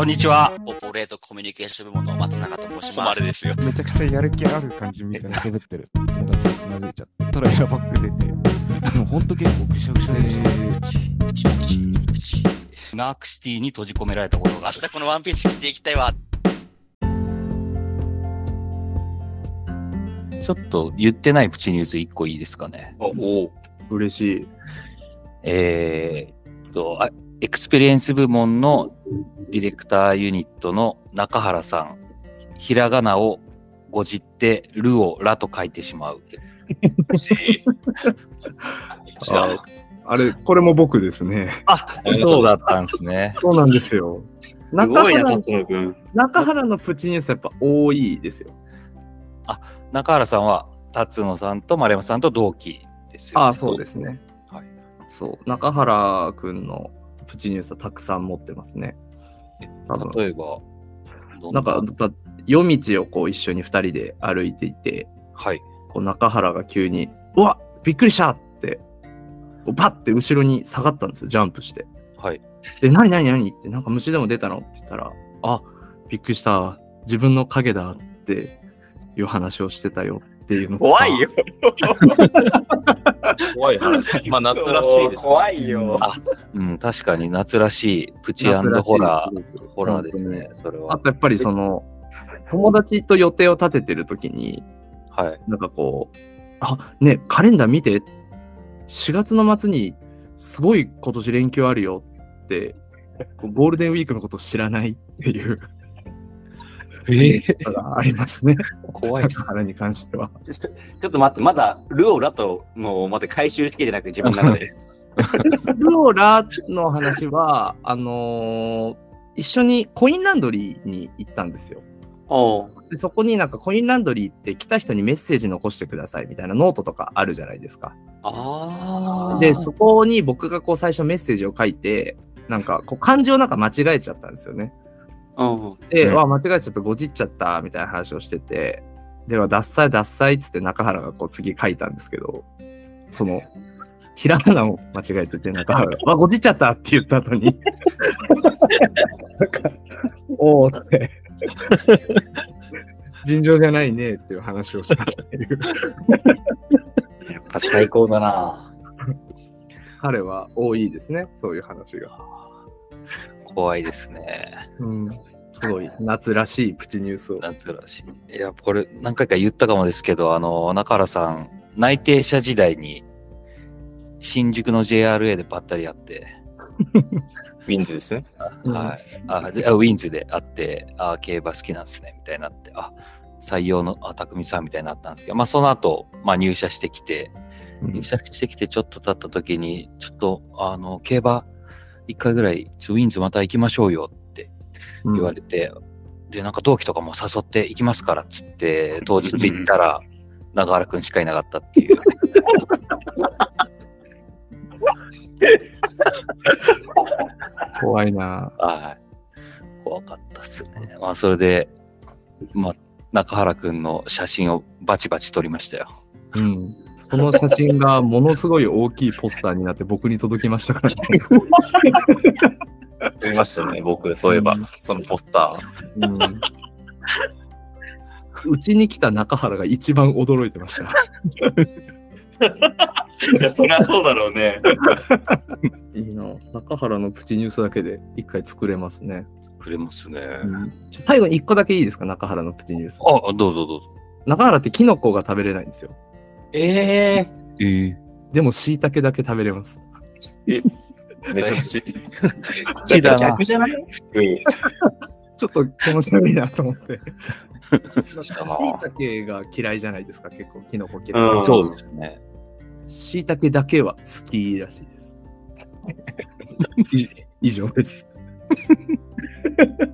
こんにちは。 オポレートコミュニケーション部門の松永と申します。 誉ですよ。 めちゃくちゃやる気ある感じみたいな喋ってる友達がつまずいちゃったらエアバッグ出て、でもほんと結構くしゃくしゃでナークシティに閉じ込められたことが明日このワンピース着ていきたいわ。 ちょっと言ってないプチニュース1個いいですかね。 お嬉しい。 エクスペリエンス部門のディレクターユニットの中原さん、ひらがなをごじってルをラと書いてしまう。 あれ、これも僕ですね。 あ、そうだったんですね。 そうなんですよ。中すごいな、達野君。 中原のプチニュースやっぱ多いですよ。 中原さんは辰野さんと丸山さんと同期ですよね。 ああ、そうですね。 はい。 そう、中原くんのプチニュースはたくさん持ってますね。多分例えば、 なんか、夜道をこう一緒に2人で歩いていて、 はい。 こう中原が急に、うわびっくりしたって、バッて後ろに下がったんですよ、ジャンプして。 はい。 で、何って、なんか虫でも出たのって言ったら、あ、びっくりした、自分の影だっていう話をしてたよっていうのとか。 怖いよ。 怖い話。まあ、夏らしいです、ね。 怖いよ。 うん、確かに夏らしいプチ&ホラーですね、それは。 あとやっぱりその、友達と予定を立ててるときに、 はい。 なんかこう、あ、ね、カレンダー見て、4月の末にすごい今年連休あるよって、ゴールデンウィークのことを知らないっていうことがありますね。 怖いです。 中原に関しては。 ちょっと待って、まだルオラとのまだ回収しきれてなくて自分の中で。 ルオラの話は、一緒にコインランドリーに行ったんですよ。でそこになんかコインランドリーって来た人にメッセージ残してくださいみたいなノートとかあるじゃないですか。で、そこに僕がこう最初メッセージを書いて、なんかこう漢字をなんか間違えちゃったんですよね。で、間違えちゃった、ごじっちゃったみたいな話をしてて、では、ダッサイっつって中原がこう次書いたんですけど、その、ひらがなを間違えてて、中原が、ごじっちゃったって言った後に、なんか、おーって、尋常じゃないねっていう話をしたっていう。 やっぱ最高だな。 彼は多いですね、そういう話が。 怖いですね。 うん。すごい夏らしいプチニュースを。 夏らしい。いや、これ何回か言ったかもですけど、中原さん、内定者時代に新宿の JRA でばったり会って、 ウィンズですね。 はい。ウィンズで会って、競馬好きなんですね、みたいになって、採用の匠さんみたいになったんですけど、まあその後、入社してきてちょっと経った時に、ちょっと、競馬一回ぐらい、ウィンズまた行きましょうよって言われて、で、なんか同期とかも誘って行きますからっつって、当日行ったら、中原くんしかいなかったっていう。 怖いな。 はい。怖かったっすね。まあ、それで、中原くんの写真をバチバチ撮りましたよ。 うん。その写真がものすごい大きいポスターになって僕に届きましたからね。 見ましたね、僕、そういえば、そのポスター。 うちに来た中原が一番驚いてました。 いや、そりゃそうだろうね。 いいな。中原のプチニュースだけで一回作れますね。 くれますね。 最後に一個だけいいですか、中原のプチニュース。 どうぞどうぞ。 中原ってキノコが食べれないんですよ。 でも椎茸だけ食べれます。 珍しい。 口だな。 逆じゃない？ ちょっと面白いなと思って。 椎茸が嫌いじゃないですか、結構キノコ嫌い。 そうですね。 椎茸だけは好きらしいです。以上です。